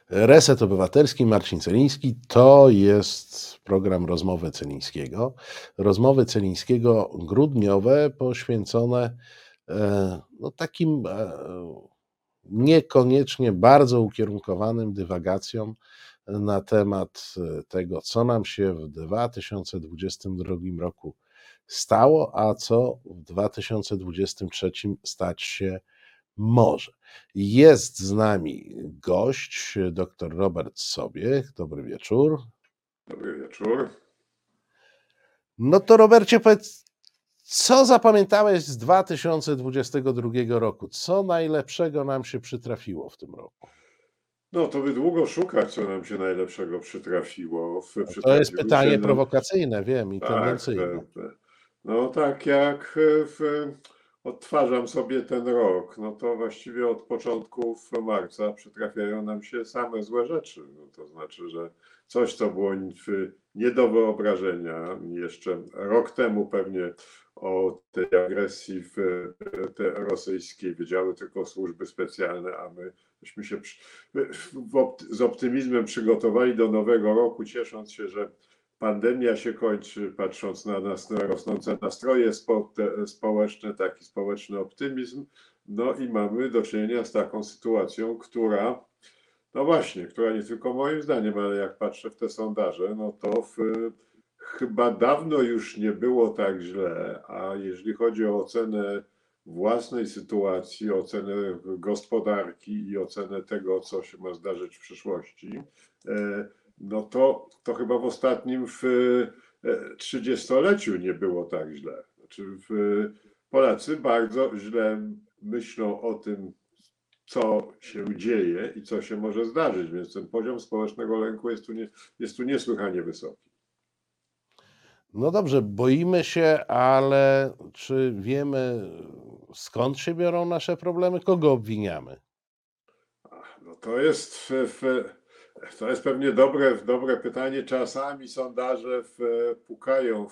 Reset Obywatelski, Marcin Celiński. To jest program Rozmowy Celińskiego. Rozmowy Celińskiego grudniowe poświęcone takim niekoniecznie bardzo ukierunkowanym dywagacjom na temat tego, co nam się w 2022 roku stało, a co w 2023 stać się może. Jest z nami gość, dr Robert Sobiech. Dobry wieczór. Dobry wieczór. No to Robercie, powiedz, co zapamiętałeś z 2022 roku? Co najlepszego nam się przytrafiło w tym roku? No to by długo szukać, co nam się najlepszego przytrafiło. To jest Przytrafiły się pytanie nam, prowokacyjne, wiem, i tak, tendencyjne. no tak jak odtwarzam sobie ten rok, no to właściwie od początków marca przytrafiają nam się same złe rzeczy. No to znaczy, że coś, co było nie do wyobrażenia jeszcze rok temu pewnie o tej agresji te rosyjskiej wiedziały tylko służby specjalne, a myśmy się z optymizmem przygotowali do nowego roku, ciesząc się, że pandemia się kończy, patrząc na rosnące nastroje społeczne, taki społeczny optymizm. No i mamy do czynienia z taką sytuacją, która, no właśnie, która nie tylko moim zdaniem, ale jak patrzę w te sondaże, no to chyba dawno już nie było tak źle, a jeżeli chodzi o ocenę własnej sytuacji, ocenę gospodarki i ocenę tego, co się ma zdarzyć w przyszłości, no to chyba w ostatnim trzydziestoleciu nie było tak źle. Znaczy Polacy bardzo źle myślą o tym, co się dzieje i co się może zdarzyć, więc ten poziom społecznego lęku jest tu niesłychanie wysoki. No dobrze, boimy się, ale czy wiemy, skąd się biorą nasze problemy? Kogo obwiniamy? No to jest pewnie dobre pytanie. Czasami sondaże pukają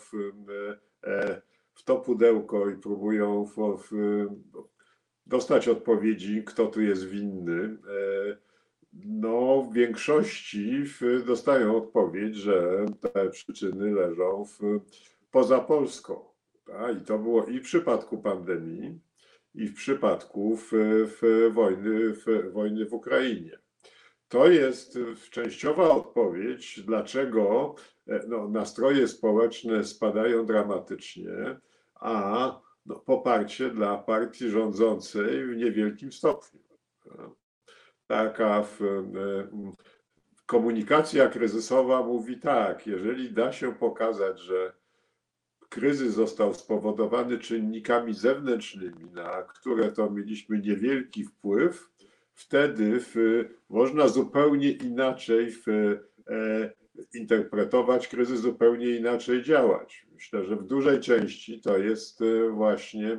w to pudełko i próbują dostać odpowiedzi, kto tu jest winny. No, w większości dostają odpowiedź, że te przyczyny leżą poza Polską. Tak? I to było i w przypadku pandemii, i w przypadku wojny w Ukrainie. To jest częściowa odpowiedź, dlaczego no, nastroje społeczne spadają dramatycznie, a no, poparcie dla partii rządzącej w niewielkim stopniu. Taka komunikacja kryzysowa mówi tak, jeżeli da się pokazać, że kryzys został spowodowany czynnikami zewnętrznymi, na które to mieliśmy niewielki wpływ, wtedy można zupełnie inaczej interpretować kryzys, zupełnie inaczej działać. Myślę, że w dużej części to jest właśnie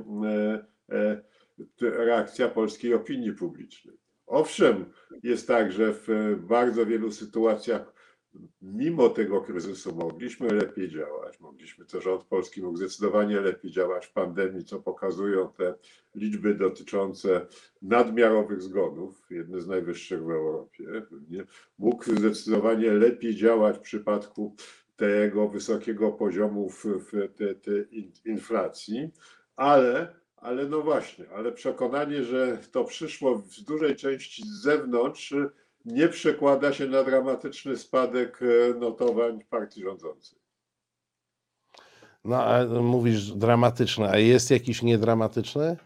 reakcja polskiej opinii publicznej. Owszem, jest tak, że w bardzo wielu sytuacjach mimo tego kryzysu mogliśmy lepiej działać. Też rząd polski mógł zdecydowanie lepiej działać w pandemii, co pokazują te liczby dotyczące nadmiarowych zgonów, jedne z najwyższych w Europie. Mógł zdecydowanie lepiej działać w przypadku tego wysokiego poziomu inflacji, ale no właśnie, ale przekonanie, że to przyszło w dużej części z zewnątrz, nie przekłada się na dramatyczny spadek notowań partii rządzącej. No, a mówisz dramatyczne, a jest jakiś niedramatyczny?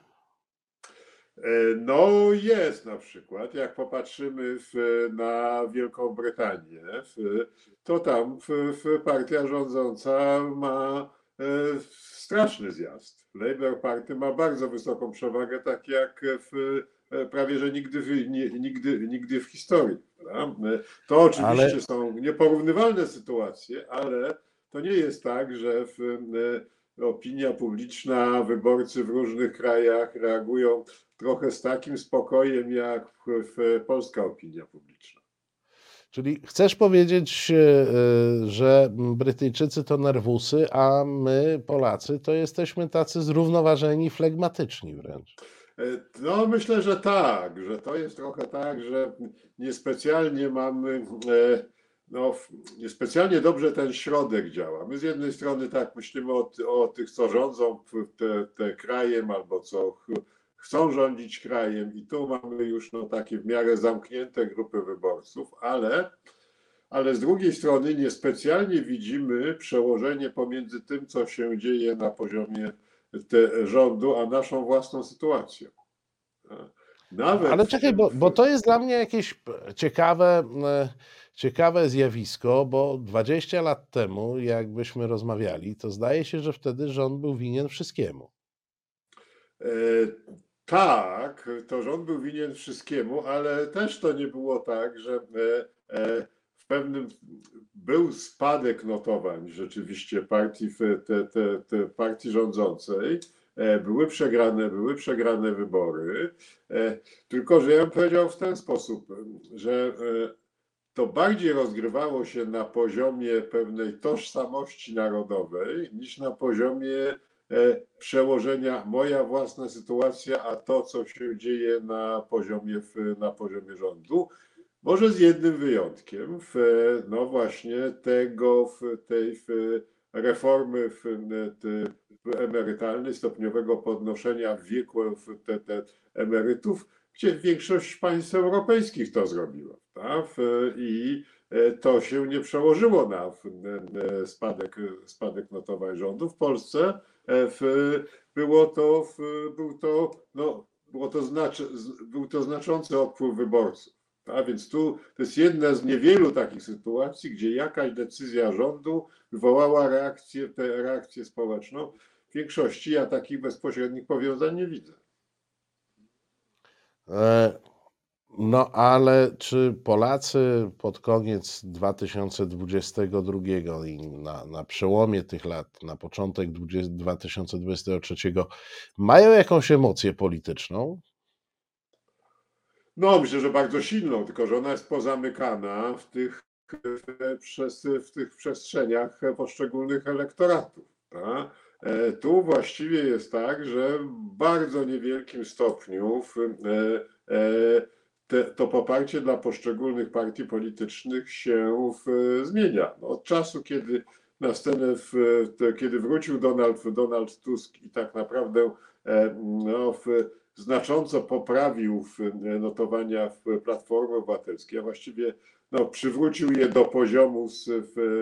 No jest na przykład, jak popatrzymy na Wielką Brytanię, to tam partia rządząca ma straszny zjazd. Labour Party ma bardzo wysoką przewagę, tak jak prawie że nigdy w historii. Prawda? To Ale oczywiście są nieporównywalne sytuacje, ale to nie jest tak, że opinia publiczna, wyborcy w różnych krajach reagują trochę z takim spokojem jak polska opinia publiczna. czyli chcesz powiedzieć, że Brytyjczycy to nerwusy, a my, Polacy, to jesteśmy tacy zrównoważeni, flegmatyczni wręcz. No, myślę, że to jest trochę tak, że niespecjalnie mamy, no, niespecjalnie dobrze ten środek działa. My z jednej strony tak myślimy o tych, co rządzą te krajem albo co chcą rządzić krajem i tu mamy już no, takie w miarę zamknięte grupy wyborców, ale z drugiej strony niespecjalnie widzimy przełożenie pomiędzy tym, co się dzieje na poziomie rządu, a naszą własną sytuacją. Ale Nawet w czekaj, tym. bo to jest dla mnie jakieś ciekawe zjawisko, bo 20 lat temu, jakbyśmy rozmawiali, to zdaje się, że wtedy rząd był winien wszystkiemu. E, tak, to rząd był winien wszystkiemu, ale też to nie było tak, że w pewnym był spadek notowań rzeczywiście partii, te partii rządzącej. Były przegrane wybory. Tylko, że ja bym powiedział w ten sposób, że to bardziej rozgrywało się na poziomie pewnej tożsamości narodowej niż na poziomie przełożenia moja własna sytuacja, a to, co się dzieje na poziomie rządu. Może z jednym wyjątkiem, no właśnie tej reformy emerytalnej, stopniowego podnoszenia wieku emerytów, gdzie większość państw europejskich to zrobiła. Tak? I to się nie przełożyło na spadek notowań rządu. W Polsce był to znaczący odpływ wyborców. A więc tu to jest jedna z niewielu takich sytuacji, gdzie jakaś decyzja rządu wywołała reakcję społeczną. W większości ja takich bezpośrednich powiązań nie widzę. No ale czy Polacy pod koniec 2022 i na przełomie tych lat, na początek 2023 mają jakąś emocję polityczną? No, myślę, że bardzo silną, tylko że ona jest pozamykana w tych przestrzeniach poszczególnych elektoratów. Tak? Tu właściwie jest tak, że w bardzo niewielkim stopniu to poparcie dla poszczególnych partii politycznych się zmienia. No, od czasu, kiedy na scenę, kiedy wrócił Donald Tusk i tak naprawdę no, znacząco poprawił notowania w Platformy Obywatelskiej, a właściwie no, przywrócił je do poziomu z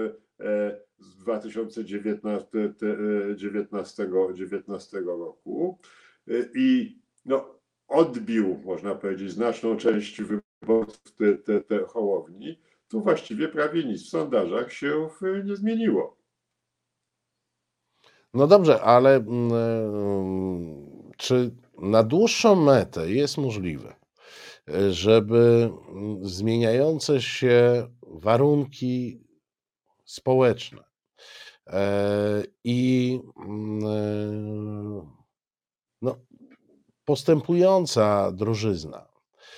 2019 roku i no, odbił, można powiedzieć, znaczną część wyborców te Hołowni, tu właściwie prawie nic w sondażach się nie zmieniło. No dobrze, ale czy na dłuższą metę jest możliwe, żeby zmieniające się warunki społeczne i no, postępująca drożyzna,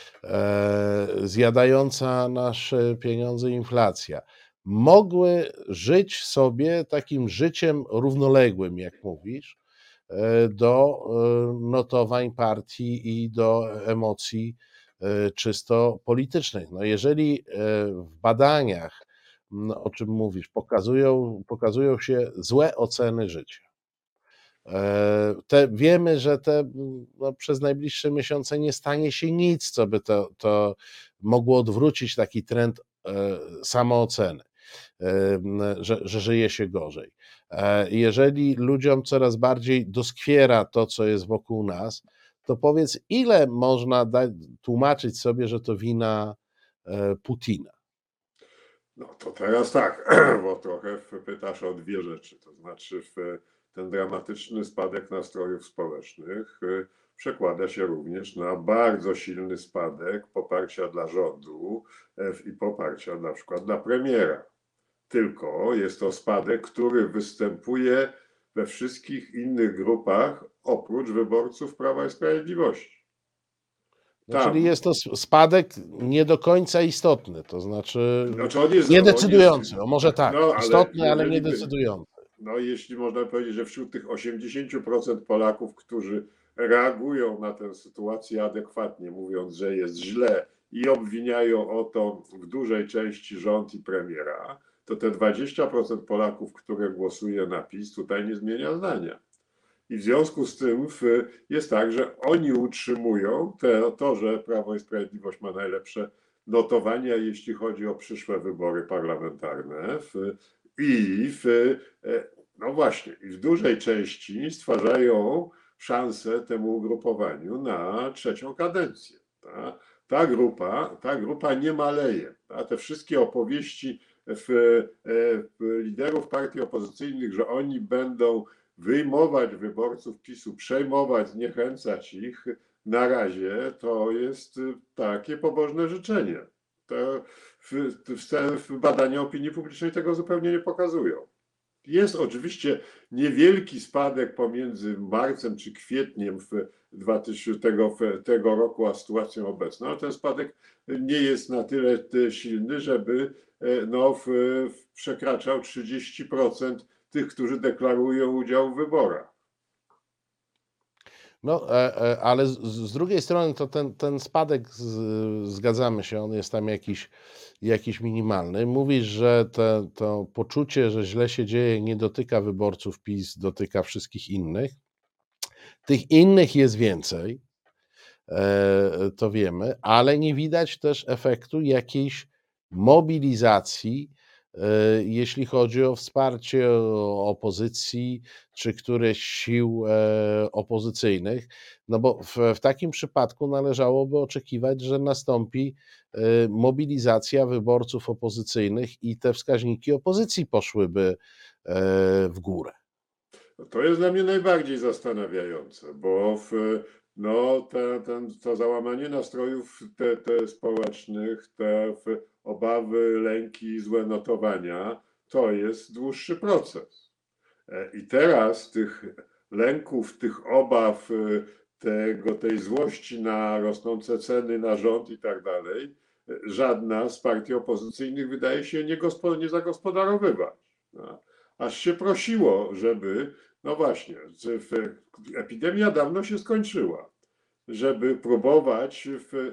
zjadająca nasze pieniądze inflacja, mogły żyć sobie takim życiem równoległym, jak mówisz, do notowań partii i do emocji czysto politycznych. No jeżeli w badaniach, o czym mówisz, pokazują się złe oceny życia, wiemy, że no, przez najbliższe miesiące nie stanie się nic, co by to mogło odwrócić taki trend samooceny, że żyje się gorzej. Jeżeli ludziom coraz bardziej doskwiera to, co jest wokół nas, to powiedz, ile można tłumaczyć sobie, że to wina Putina? No to teraz tak, bo trochę pytasz o dwie rzeczy. To znaczy ten dramatyczny spadek nastrojów społecznych przekłada się również na bardzo silny spadek poparcia dla rządu i poparcia na przykład dla premiera. Tylko jest to spadek, który występuje we wszystkich innych grupach oprócz wyborców Prawa i Sprawiedliwości. No, czyli Tam, jest to spadek nie do końca istotny, to znaczy znaczy nie decydujący, o może tak, no, istotny, ale nie decydujący. no jeśli można powiedzieć, że wśród tych 80% Polaków, którzy reagują na tę sytuację adekwatnie, mówiąc, że jest źle i obwiniają o to w dużej części rząd i premiera, to te 20% Polaków, które głosuje na PiS, tutaj nie zmienia zdania. I w związku z tym jest tak, że oni utrzymują to, że Prawo i Sprawiedliwość ma najlepsze notowania, jeśli chodzi o przyszłe wybory parlamentarne. No właśnie, i w dużej części stwarzają szansę temu ugrupowaniu na trzecią kadencję. Ta grupa nie maleje. Te wszystkie opowieści liderów partii opozycyjnych, że oni będą wyjmować wyborców PiS-u, przejmować, zniechęcać ich, na razie to jest takie pobożne życzenie. Badania opinii publicznej tego zupełnie nie pokazują. Jest oczywiście niewielki spadek pomiędzy marcem czy kwietniem tego roku a sytuacją obecną, ale ten spadek nie jest na tyle silny, żeby przekraczał 30% tych, którzy deklarują udział w wyborach. No, ale z drugiej strony to ten spadek, zgadzamy się, on jest tam jakiś minimalny. Mówisz, że to poczucie, że źle się dzieje, nie dotyka wyborców PiS, dotyka wszystkich innych. Tych innych jest więcej, to wiemy, ale nie widać też efektu jakiejś mobilizacji, jeśli chodzi o wsparcie opozycji czy któreś sił opozycyjnych, no bo w takim przypadku należałoby oczekiwać, że nastąpi mobilizacja wyborców opozycyjnych i te wskaźniki opozycji poszłyby w górę. To jest dla mnie najbardziej zastanawiające, bo to załamanie nastrojów te społecznych, te obawy, lęki, złe notowania, to jest dłuższy proces. I teraz tych lęków, tych obaw, tej złości na rosnące ceny, na rząd i tak dalej, żadna z partii opozycyjnych wydaje się nie zagospodarowywać. Aż się prosiło, żeby, no właśnie, epidemia dawno się skończyła, żeby próbować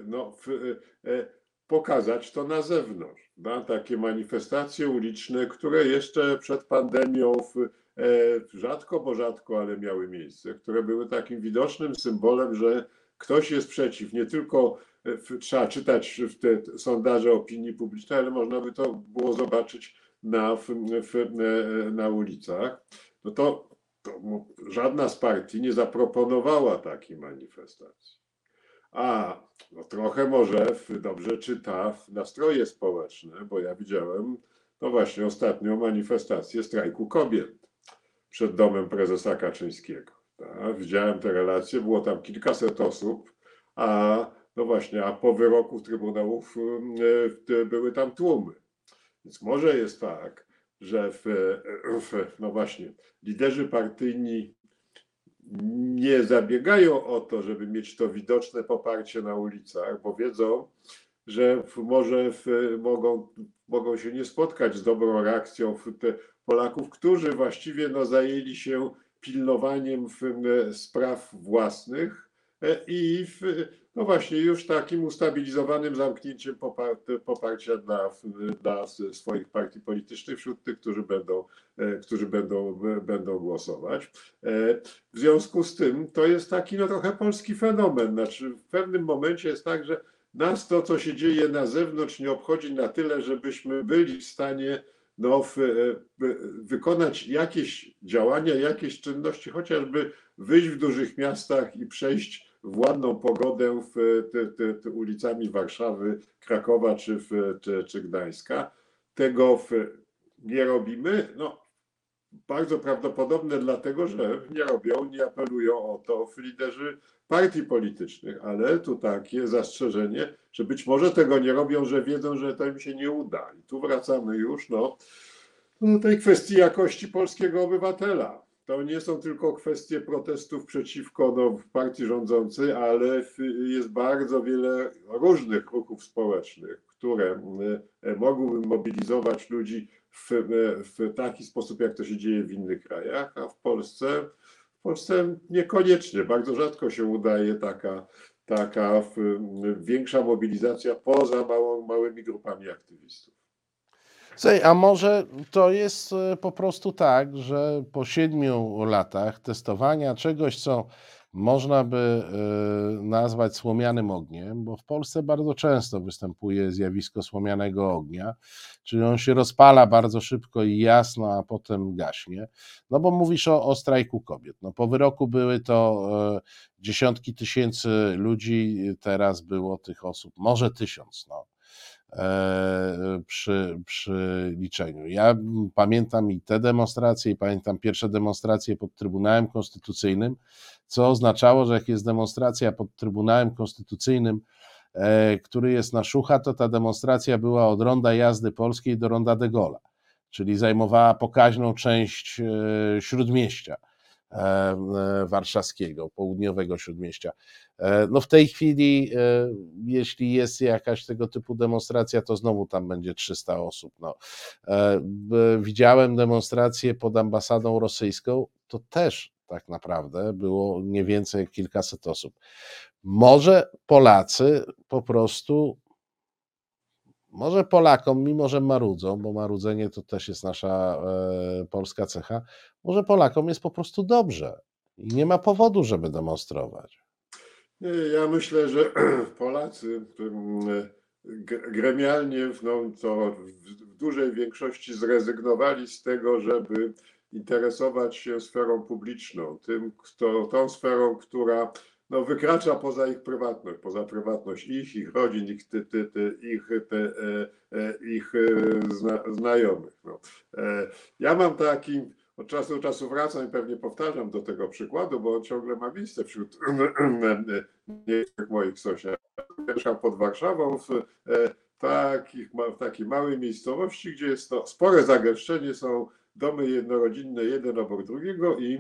pokazać to na zewnątrz. Takie manifestacje uliczne, które jeszcze przed pandemią rzadko, ale miały miejsce, które były takim widocznym symbolem, że ktoś jest przeciw. Nie tylko trzeba czytać te sondaże opinii publicznej, ale można by to było zobaczyć na ulicach. No to żadna z partii nie zaproponowała takiej manifestacji. No trochę może dobrze czyta nastroje społeczne, bo ja widziałem, no właśnie, ostatnią manifestację strajku kobiet przed domem prezesa Kaczyńskiego. Widziałem te relacje, było tam kilkaset osób, no właśnie, a po wyroku trybunałów były tam tłumy. Więc może jest tak, że no właśnie, liderzy partyjni nie zabiegają o to, żeby mieć to widoczne poparcie na ulicach, bo wiedzą, że może mogą się nie spotkać z dobrą reakcją Polaków, którzy właściwie zajęli się pilnowaniem spraw własnych i no właśnie już takim ustabilizowanym zamknięciem poparcia dla swoich partii politycznych wśród tych, którzy będą głosować. W związku z tym to jest taki trochę polski fenomen. Znaczy w pewnym momencie jest tak, że nas to, co się dzieje na zewnątrz, nie obchodzi na tyle, żebyśmy byli w stanie wykonać jakieś działania, jakieś czynności, chociażby wyjść w dużych miastach i przejść w ładną pogodę ulicami Warszawy, Krakowa czy Gdańska. Tego nie robimy. No, bardzo prawdopodobne dlatego, że nie robią, nie apelują o to liderzy partii politycznych, ale tu takie zastrzeżenie, że być może tego nie robią, że wiedzą, że to im się nie uda. I tu wracamy już do tej kwestii jakości polskiego obywatela. To nie są tylko kwestie protestów przeciwko partii rządzącej, ale jest bardzo wiele różnych ruchów społecznych, które mogłyby mobilizować ludzi w taki sposób, jak to się dzieje w innych krajach, a w Polsce Polsce niekoniecznie, bardzo rzadko się udaje taka większa mobilizacja poza małymi grupami aktywistów. Słuchaj, a może to jest po prostu tak, że po 7 latach testowania czegoś, co można by nazwać słomianym ogniem, bo w Polsce bardzo często występuje zjawisko słomianego ognia, czyli on się rozpala bardzo szybko i jasno, a potem gaśnie. No bo mówisz o strajku kobiet. No po wyroku były to dziesiątki tysięcy ludzi, teraz było tych osób może 1000, no przy liczeniu. Ja pamiętam i te demonstracje, i pamiętam pierwsze demonstracje pod Trybunałem Konstytucyjnym, co oznaczało, że jak jest demonstracja pod Trybunałem Konstytucyjnym, który jest na Szucha, to ta demonstracja była od ronda Jazdy Polskiej do ronda de Gaulle'a, czyli zajmowała pokaźną część Śródmieścia warszawskiego, południowego Śródmieścia. No w tej chwili, jeśli jest jakaś tego typu demonstracja, to znowu tam będzie 300 osób. No. Widziałem demonstrację pod ambasadą rosyjską, to też tak naprawdę było nie więcej jak kilkaset osób. Może Polacy po prostu, może Polakom, mimo że marudzą, bo marudzenie to też jest nasza polska cecha, może Polakom jest po prostu dobrze i nie ma powodu, żeby demonstrować. Nie, ja myślę, że Polacy gremialnie to w dużej większości zrezygnowali z tego, żeby interesować się sferą publiczną, tą sferą, która no, wykracza poza ich prywatność, poza prywatność ich rodzin, ich znajomych. No. Ja mam taki, od czasu do czasu wracam i pewnie powtarzam do tego przykładu, bo on ciągle ma miejsce wśród niektórych moich sąsiadów. Mieszkam pod Warszawą w takiej małej miejscowości, gdzie jest to spore zagęszczenie, są domy jednorodzinne, jeden obok drugiego i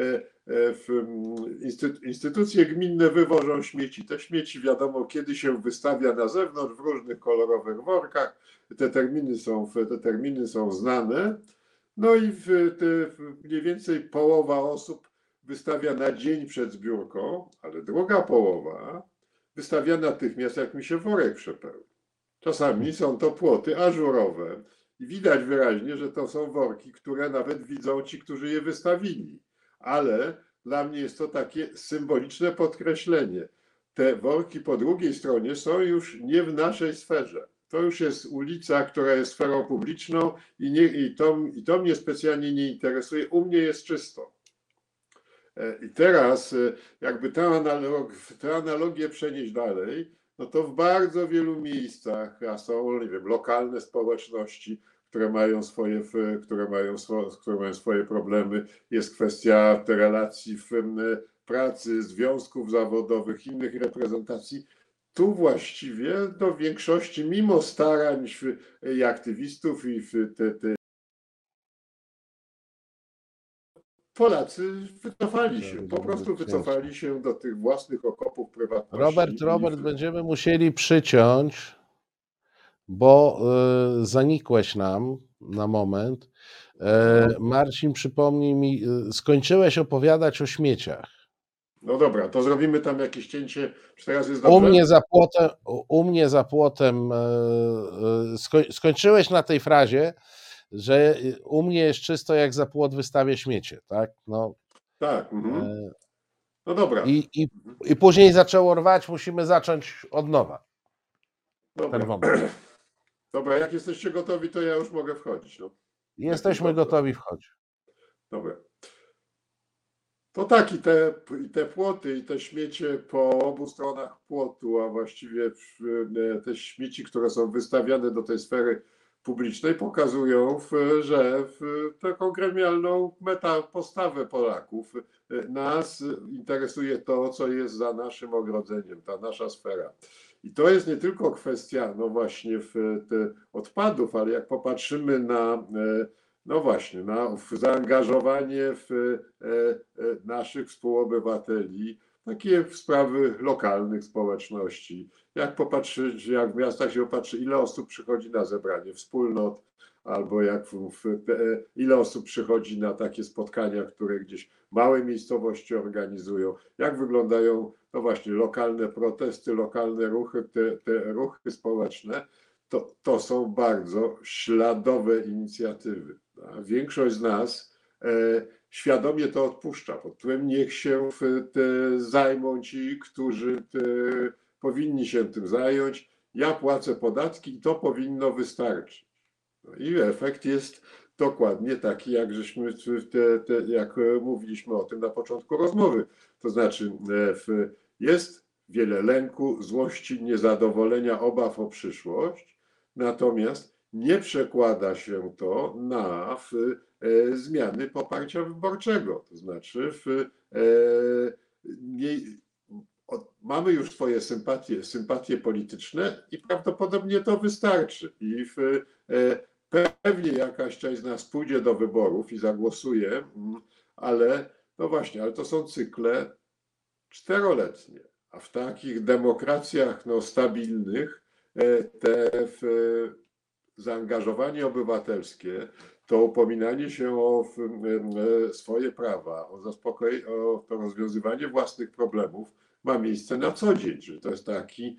instytucje gminne wywożą śmieci. Te śmieci wiadomo kiedy się wystawia na zewnątrz w różnych kolorowych workach. Te terminy są znane. No i mniej więcej połowa osób wystawia na dzień przed zbiórką, ale druga połowa wystawia natychmiast, jak mi się worek przepełni. Czasami są to płoty ażurowe i widać wyraźnie, że to są worki, które nawet widzą ci, którzy je wystawili. Ale dla mnie jest to takie symboliczne podkreślenie. Te worki po drugiej stronie są już nie w naszej sferze. To już jest ulica, która jest sferą publiczną i to mnie specjalnie nie interesuje. U mnie jest czysto. I teraz jakby tę analogię przenieść dalej, no to w bardzo wielu miejscach, a są, nie wiem, lokalne społeczności, które mają swoje problemy, jest kwestia relacji w pracy, związków zawodowych, innych reprezentacji. Tu właściwie do większości, mimo starań i aktywistów i Polacy wycofali się, po prostu wycofali się do tych własnych okopów prywatności. Robert, będziemy musieli przyciąć, bo zanikłeś nam na moment. Marcin, przypomnij mi, skończyłeś opowiadać o śmieciach. No dobra, to zrobimy tam jakieś cięcie, czy teraz jest U dobrze? mnie za płotem skończyłeś na tej frazie, że u mnie jest czysto, jak za płot wystawię śmiecie, tak? No, Tak. No dobra. I później zaczęło rwać, musimy zacząć od nowa. Dobra. Dobra, jak jesteście gotowi, to ja już mogę wchodzić. No. Jesteśmy gotowi wchodzić. Dobra. To tak, i te płoty, i te śmiecie po obu stronach płotu, a właściwie te śmieci, które są wystawiane do tej sfery publicznej, pokazują, że taką gremialną postawę Polaków. Nas interesuje to, co jest za naszym ogrodzeniem, ta nasza sfera. I to jest nie tylko kwestia, no właśnie, odpadów, ale jak popatrzymy na no właśnie, na zaangażowanie w naszych współobywateli, takie sprawy lokalnych społeczności. Jak popatrzeć, jak w miastach się popatrzy, ile osób przychodzi na zebranie wspólnot, albo ile osób przychodzi na takie spotkania, które gdzieś małe miejscowości organizują, jak wyglądają, no właśnie, lokalne protesty, lokalne ruchy, te ruchy społeczne, to są bardzo śladowe inicjatywy. Większość z nas świadomie to odpuszcza, pod którym niech się zajmą ci, którzy powinni się tym zająć. Ja płacę podatki i to powinno wystarczyć. No i efekt jest dokładnie taki, jak żeśmy, jak mówiliśmy o tym na początku rozmowy. To znaczy jest wiele lęku, złości, niezadowolenia, obaw o przyszłość, natomiast nie przekłada się to na zmiany poparcia wyborczego. To znaczy nie, mamy już swoje sympatie polityczne i prawdopodobnie to wystarczy. I pewnie jakaś część z nas pójdzie do wyborów i zagłosuje, ale no właśnie, ale to są cykle czteroletnie, a w takich demokracjach stabilnych te zaangażowanie obywatelskie, to upominanie się o swoje prawa, o to rozwiązywanie własnych problemów ma miejsce na co dzień. Że to jest taki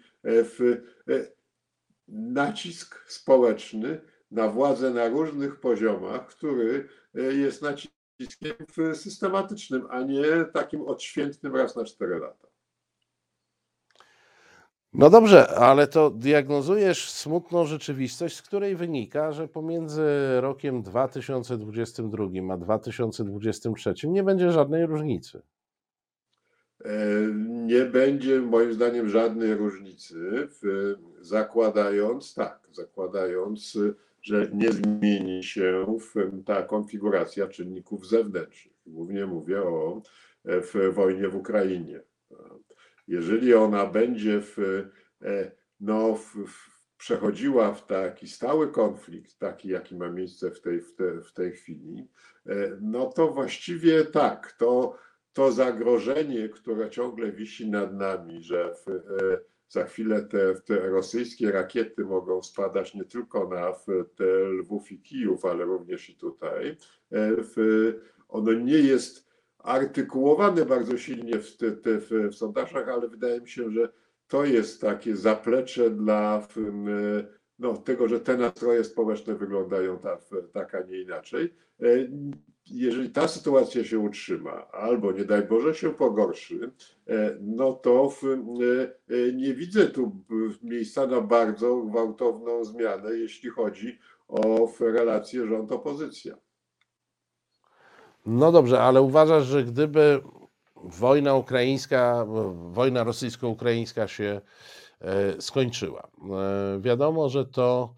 nacisk społeczny na władzę na różnych poziomach, który jest naciskiem systematycznym, a nie takim odświętnym raz na 4 lata. No dobrze, ale to diagnozujesz smutną rzeczywistość, z której wynika, że pomiędzy rokiem 2022 a 2023 nie będzie żadnej różnicy. Nie będzie moim zdaniem żadnej różnicy, zakładając, że nie zmieni się ta konfiguracja czynników zewnętrznych. Głównie mówię o wojnie w Ukrainie. Jeżeli ona będzie przechodziła w taki stały konflikt, taki jaki ma miejsce w tej chwili, no to właściwie tak, to zagrożenie, które ciągle wisi nad nami, że za chwilę te rosyjskie rakiety mogą spadać nie tylko na te Lwów i Kijów, ale również i tutaj, ono nie jest artykułowane bardzo silnie w sondażach, ale wydaje mi się, że to jest takie zaplecze dla tego, że te nastroje społeczne wyglądają tak, a nie inaczej. Jeżeli ta sytuacja się utrzyma, albo nie daj Boże się pogorszy, no to nie widzę tu miejsca na bardzo gwałtowną zmianę, jeśli chodzi o relacje rząd-opozycja. No dobrze, ale uważasz, że gdyby wojna rosyjsko-ukraińska się skończyła, wiadomo, że to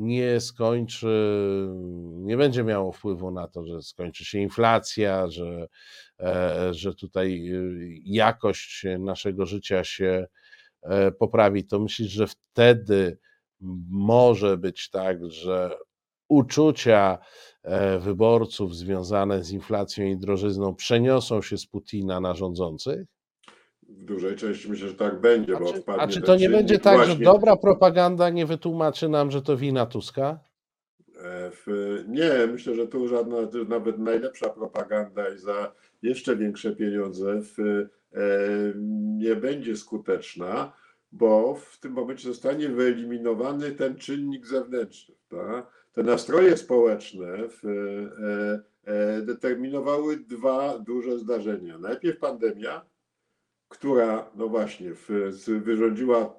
nie będzie miało wpływu na to, że skończy się inflacja, że tutaj jakość naszego życia się poprawi, to myślisz, że wtedy może być tak, że uczucia wyborców związane z inflacją i drożyzną przeniosą się z Putina na rządzących? W dużej części myślę, że tak będzie, bo A odpadnie czy ten to nie będzie czynnik tak, że właśnie. dobra propaganda nie wytłumaczy nam, że to wina Tuska? Nie, myślę, że tu żadna, nawet najlepsza propaganda i za jeszcze większe pieniądze nie będzie skuteczna, bo w tym momencie zostanie wyeliminowany ten czynnik zewnętrzny. Tak? Te nastroje społeczne determinowały dwa duże zdarzenia. Najpierw pandemia, która no właśnie wyrządziła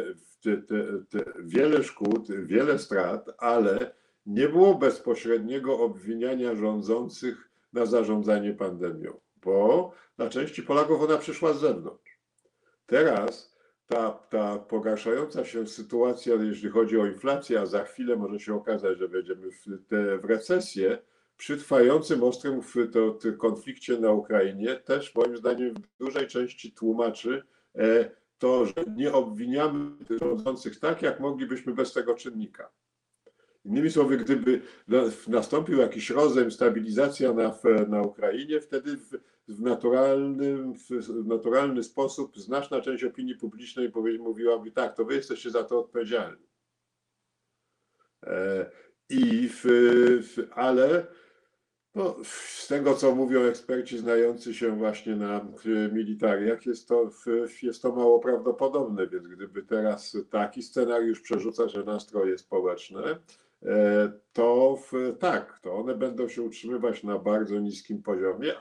wiele szkód, wiele strat, ale nie było bezpośredniego obwiniania rządzących na zarządzanie pandemią, bo dla części Polaków ona przyszła z zewnątrz. Teraz ta pogarszająca się sytuacja, jeśli chodzi o inflację, a za chwilę może się okazać, że wejdziemy w recesję, przy trwającym ostrym konflikcie na Ukrainie też moim zdaniem w dużej części tłumaczy to, że nie obwiniamy rządzących tak, jak moglibyśmy bez tego czynnika. Innymi słowy, gdyby nastąpił jakiś rozejm, stabilizacja na Ukrainie, wtedy w naturalny sposób znaczna część opinii publicznej mówiłaby tak, to wy jesteście za to odpowiedzialni. Ale no, z tego, co mówią eksperci znający się właśnie na militariach, jest to mało prawdopodobne, więc gdyby teraz taki scenariusz przerzucać na nastroje społeczne, tak, to one będą się utrzymywać na bardzo niskim poziomie,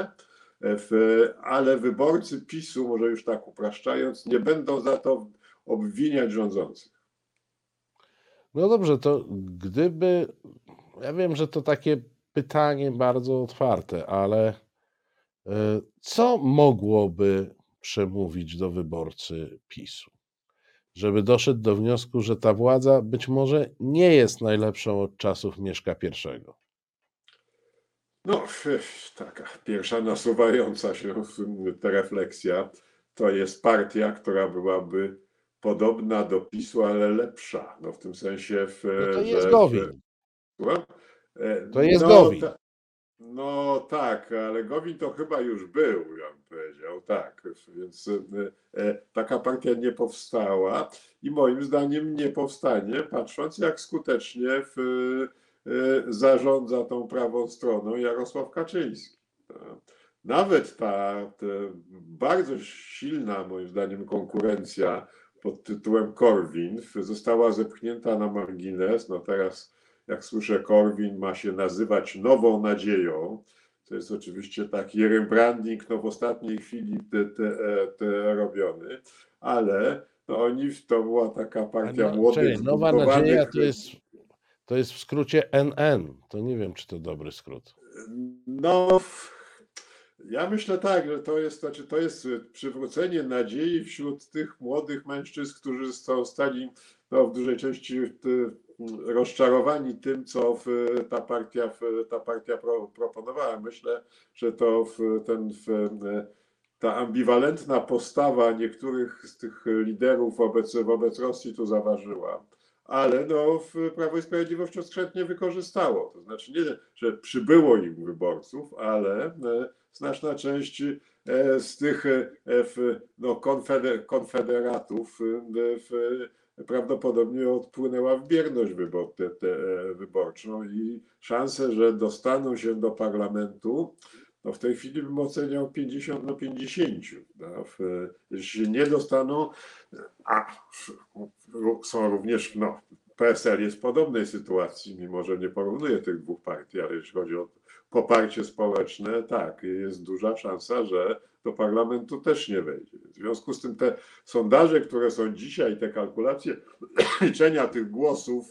ale wyborcy PiSu, może już tak upraszczając, nie będą za to obwiniać rządzących. No dobrze, to gdyby, ja wiem, że to takie pytanie bardzo otwarte, ale co mogłoby przemówić do wyborcy PiSu, żeby doszedł do wniosku, że ta władza być może nie jest najlepszą od czasów Mieszka I? No, taka pierwsza nasuwająca się ta refleksja to jest partia, która byłaby podobna do PiSu, ale lepsza. No, w tym sensie, No to jest że Gowin. słucham? To jest No, Gowin. no tak, ale Gowin to chyba już był, ja bym powiedział, tak. Więc taka partia nie powstała i moim zdaniem nie powstanie, patrząc jak skutecznie zarządza tą prawą stroną Jarosław Kaczyński. Nawet ta bardzo silna, moim zdaniem, konkurencja pod tytułem Korwin została zepchnięta na margines. No teraz, jak słyszę, Korwin ma się nazywać Nową Nadzieją. To jest oczywiście taki rebranding no w ostatniej chwili robiony, ale no to była taka partia młodych, Czekaj, Nowa Nadzieja zbuntowanych. to jest w skrócie NN. To nie wiem, czy to dobry skrót. No, ja myślę tak, że to jest przywrócenie nadziei wśród tych młodych mężczyzn, którzy zostali no, w dużej części rozczarowani tym, co ta partia proponowała. Myślę, że ta ambiwalentna postawa niektórych z tych liderów wobec Rosji tu zaważyła. Ale no, Prawo i Sprawiedliwość to skrzętnie wykorzystało. To znaczy nie, że przybyło im wyborców, ale znaczna część z tych no, konfederatów prawdopodobnie odpłynęła w bierność wyborczą i szanse, że dostaną się do parlamentu, no w tej chwili bym oceniał 50 do 50. No, jeśli się nie dostaną, a są również, no, PSL jest w podobnej sytuacji, mimo że nie porównuję tych dwóch partii, ale jeśli chodzi o poparcie społeczne, tak, jest duża szansa, że do parlamentu też nie wejdzie. W związku z tym te sondaże, które są dzisiaj, te kalkulacje liczenia tych głosów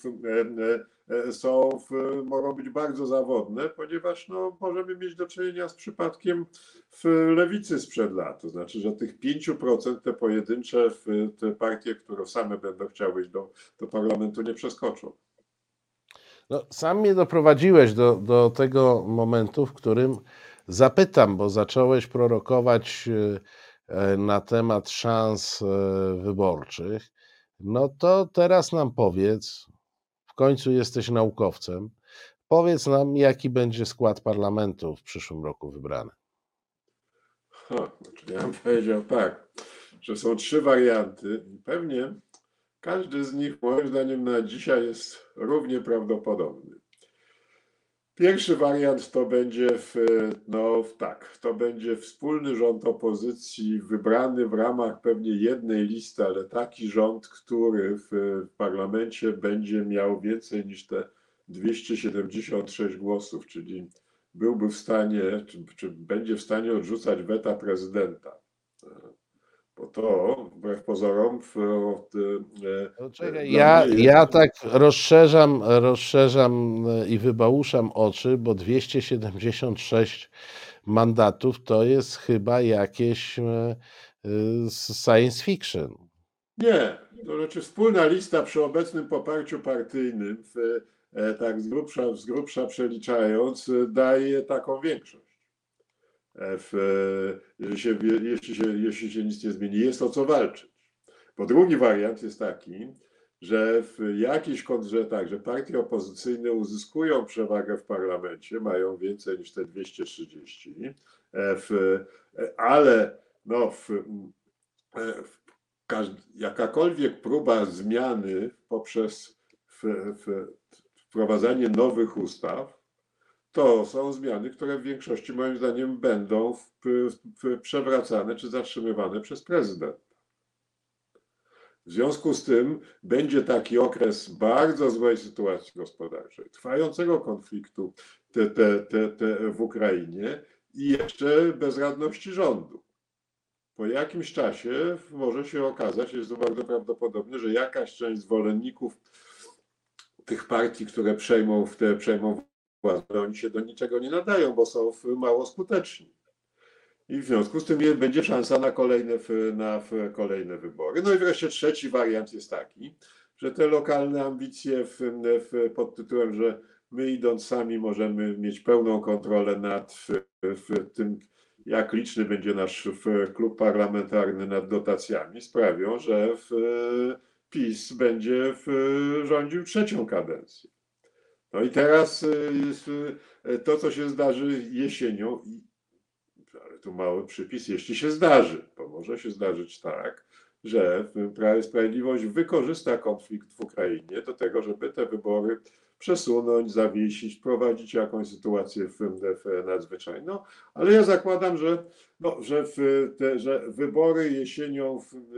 mogą być bardzo zawodne, ponieważ no, możemy mieć do czynienia z przypadkiem w lewicy sprzed lat. To znaczy, że tych 5% te pojedyncze te partie, które same będą chciały iść do parlamentu, nie przeskoczą. No, sam mnie doprowadziłeś do tego momentu, w którym zapytam, bo zacząłeś prorokować na temat szans wyborczych. No to teraz nam powiedz, w końcu jesteś naukowcem, powiedz nam, jaki będzie skład parlamentu w przyszłym roku wybrany. Znaczy ja bym powiedział tak, że są trzy warianty i pewnie każdy z nich moim zdaniem na dzisiaj jest równie prawdopodobny. Pierwszy wariant to będzie to będzie wspólny rząd opozycji wybrany w ramach pewnie jednej listy, ale taki rząd, który w parlamencie będzie miał więcej niż te 276 głosów, czyli byłby w stanie, czy będzie w stanie odrzucać weta prezydenta. Bo to wbrew pozorom Czekaj, dla mnie jest. ja tak rozszerzam i wybałuszam oczy, bo 276 mandatów to jest chyba jakieś science fiction. Nie, to znaczy wspólna lista przy obecnym poparciu partyjnym, tak z grubsza przeliczając, daje taką większość. Jeśli się nic nie zmieni, jest o co walczyć. Bo drugi wariant jest taki, że że partie opozycyjne uzyskują przewagę w parlamencie, mają więcej niż te 230, ale no, jakakolwiek próba zmiany poprzez wprowadzanie nowych ustaw, to są zmiany, które w większości moim zdaniem będą przewracane czy zatrzymywane przez prezydenta. W związku z tym będzie taki okres bardzo złej sytuacji gospodarczej, trwającego konfliktu w Ukrainie i jeszcze bezradności rządu. Po jakimś czasie może się okazać, jest to bardzo prawdopodobne, że jakaś część zwolenników tych partii, które przejmą władzę, oni się do niczego nie nadają, bo są mało skuteczni. I w związku z tym będzie szansa na kolejne wybory. No i wreszcie trzeci wariant jest taki, że te lokalne ambicje pod tytułem, że my idąc sami możemy mieć pełną kontrolę nad tym, jak liczny będzie nasz klub parlamentarny nad dotacjami, sprawią, że PiS będzie rządził trzecią kadencję. No i teraz to, co się zdarzy jesienią, ale tu mały przypis, jeśli się zdarzy, bo może się zdarzyć tak, że Prawo i Sprawiedliwość wykorzysta konflikt w Ukrainie do tego, żeby te wybory przesunąć, zawiesić, wprowadzić jakąś sytuację nadzwyczajną, ale ja zakładam, że wybory jesienią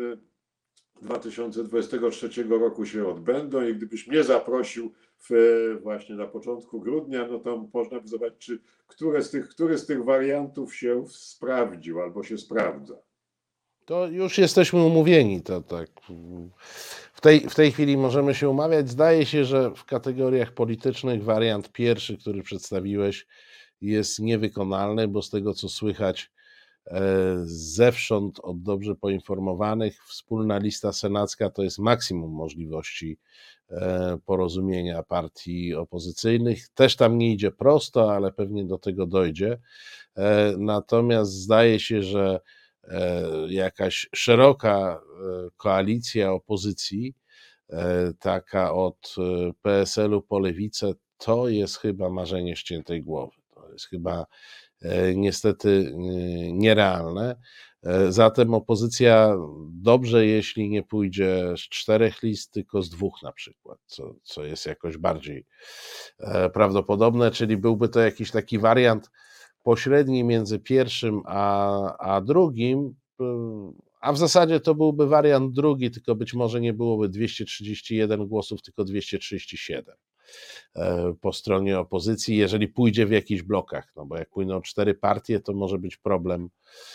2023 roku się odbędą i gdybyś mnie zaprosił właśnie na początku grudnia, no to można by zobaczyć, który z tych wariantów się sprawdził albo się sprawdza. To już jesteśmy umówieni, to tak. W tej chwili możemy się umawiać. Zdaje się, że w kategoriach politycznych wariant pierwszy, który przedstawiłeś, jest niewykonalny, bo z tego co słychać zewsząd od dobrze poinformowanych, wspólna lista senacka to jest maksimum możliwości porozumienia partii opozycyjnych. Też tam nie idzie prosto, ale pewnie do tego dojdzie. Natomiast zdaje się, że jakaś szeroka koalicja opozycji, taka od PSL-u po Lewicę, to jest chyba marzenie ściętej głowy. To jest chyba niestety nierealne. Zatem opozycja dobrze, jeśli nie pójdzie z 4 list, tylko z 2 na przykład, co jest jakoś bardziej prawdopodobne, czyli byłby to jakiś taki wariant pośredni między pierwszym a drugim, a w zasadzie to byłby wariant drugi, tylko być może nie byłoby 231 głosów, tylko 237 po stronie opozycji, jeżeli pójdzie w jakichś blokach, no bo jak pójdą 4 partie, to może być problem,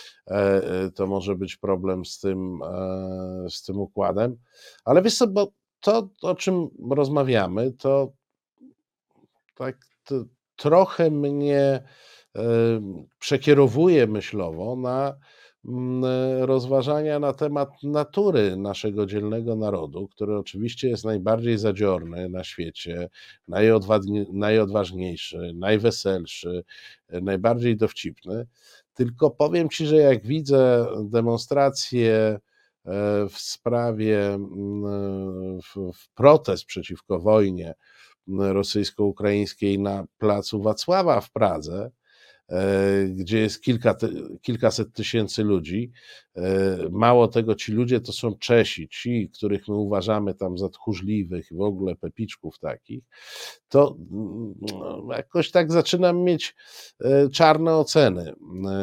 z tym układem. Ale wiesz co, bo to, o czym rozmawiamy, to tak trochę mnie przekierowuje myślowo na rozważania na temat natury naszego dzielnego narodu, który oczywiście jest najbardziej zadziorny na świecie, najodważniejszy, najweselszy, najbardziej dowcipny. Tylko powiem Ci, że jak widzę demonstracje w sprawie, w protest przeciwko wojnie rosyjsko-ukraińskiej na placu Wacława w Pradze, gdzie jest kilkaset tysięcy ludzi. Mało tego, ci ludzie to są Czesi, ci, których my uważamy tam za tchórzliwych, w ogóle pepiczków takich, to jakoś tak zaczynam mieć czarne oceny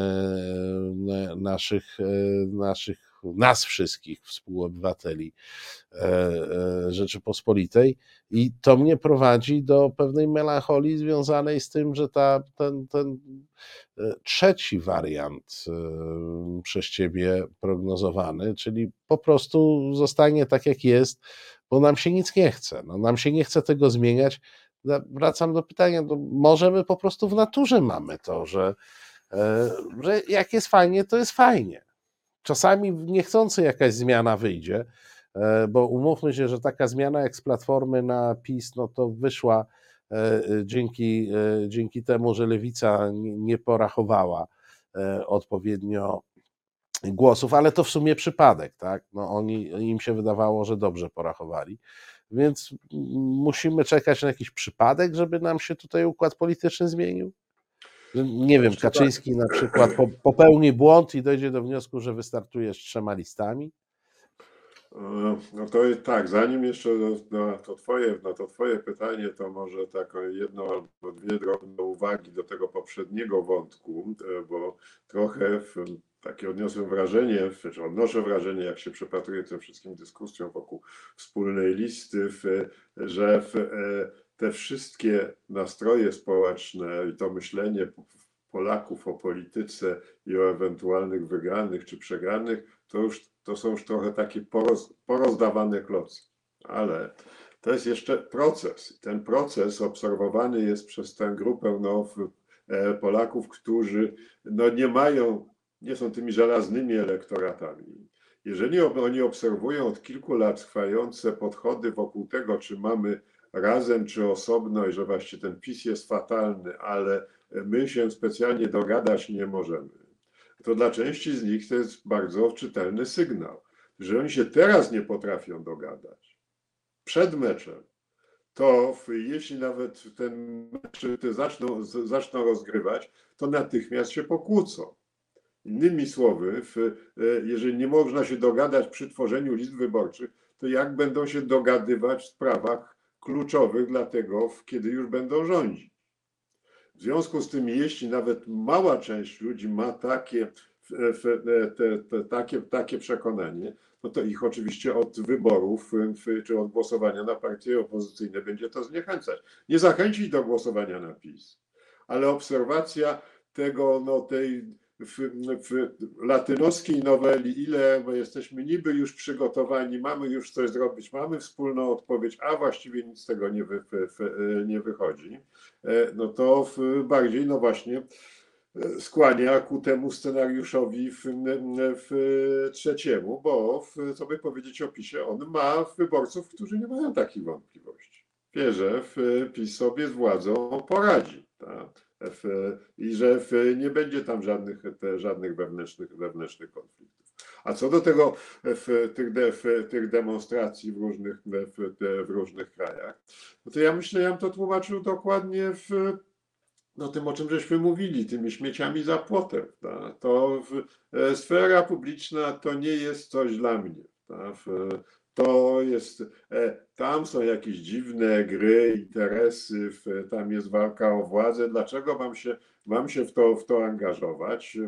nas wszystkich współobywateli Rzeczypospolitej i to mnie prowadzi do pewnej melancholii związanej z tym, że ten trzeci wariant przez Ciebie prognozowany, czyli po prostu zostanie tak jak jest, bo nam się nic nie chce. No, nam się nie chce tego zmieniać. Wracam do pytania, no może my po prostu w naturze mamy to, że jak jest fajnie, to jest fajnie. Czasami niechcący jakaś zmiana wyjdzie, bo umówmy się, że taka zmiana jak z Platformy na PiS, no to wyszła dzięki temu, że Lewica nie porachowała odpowiednio głosów, ale to w sumie przypadek, tak? No im się wydawało, że dobrze porachowali, więc musimy czekać na jakiś przypadek, żeby nam się tutaj układ polityczny zmienił? Nie wiem, Kaczyński na przykład popełni błąd i dojdzie do wniosku, że wystartuje z 3 listami? No to tak, zanim jeszcze na to twoje pytanie, to może taką jedną albo dwie drobne uwagi do tego poprzedniego wątku, bo trochę takie odniosłem wrażenie, czy odnoszę wrażenie, jak się przepatruję tym wszystkim dyskusjom wokół wspólnej listy, że te wszystkie nastroje społeczne i to myślenie Polaków o polityce i o ewentualnych wygranych czy przegranych, to są już trochę takie porozdawane klocy. Ale to jest jeszcze proces. Ten proces obserwowany jest przez tę grupę Polaków, którzy nie są tymi żelaznymi elektoratami. Jeżeli oni obserwują od kilku lat trwające podchody wokół tego, czy mamy razem, czy osobno, i że właściwie ten PiS jest fatalny, ale my się specjalnie dogadać nie możemy, to dla części z nich to jest bardzo czytelny sygnał, że oni się teraz nie potrafią dogadać przed meczem, to jeśli nawet ten mecz zaczną rozgrywać, to natychmiast się pokłócą. Innymi słowy, jeżeli nie można się dogadać przy tworzeniu list wyborczych, to jak będą się dogadywać w sprawach kluczowych dla tego, kiedy już będą rządzić? W związku z tym, jeśli nawet mała część ludzi ma takie przekonanie, no to ich oczywiście od wyborów czy od głosowania na partie opozycyjne będzie to zniechęcać. Nie zachęcić do głosowania na PiS, ale obserwacja tej latynoskiej noweli, ile jesteśmy niby już przygotowani, mamy już coś zrobić, mamy wspólną odpowiedź, a właściwie nic z tego nie wychodzi, no to bardziej, no właśnie, skłania ku temu scenariuszowi trzeciemu, bo co by powiedzieć o PiSie, on ma wyborców, którzy nie mają takich wątpliwości. Wie, że PiS sobie z władzą poradzi. Tak? I że nie będzie tam żadnych wewnętrznych konfliktów. A co do tego tych demonstracji w różnych krajach, no to ja myślę, ja bym to tłumaczył dokładnie tym, o czym żeśmy mówili, tymi śmieciami za płotem. Tak? Sfera publiczna to nie jest coś dla mnie. Tak? To jest, tam są jakieś dziwne gry, interesy, tam jest walka o władzę. Dlaczego mam się w to angażować?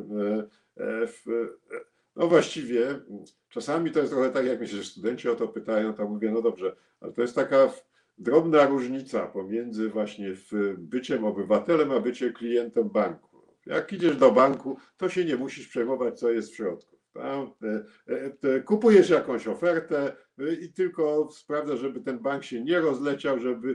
No właściwie czasami to jest trochę tak, jak mnie się studenci o to pytają, to mówię, no dobrze, ale to jest taka drobna różnica pomiędzy właśnie byciem obywatelem, a byciem klientem banku. Jak idziesz do banku, to się nie musisz przejmować, co jest w środku. Tam, kupujesz jakąś ofertę i tylko sprawdzasz, żeby ten bank się nie rozleciał, żeby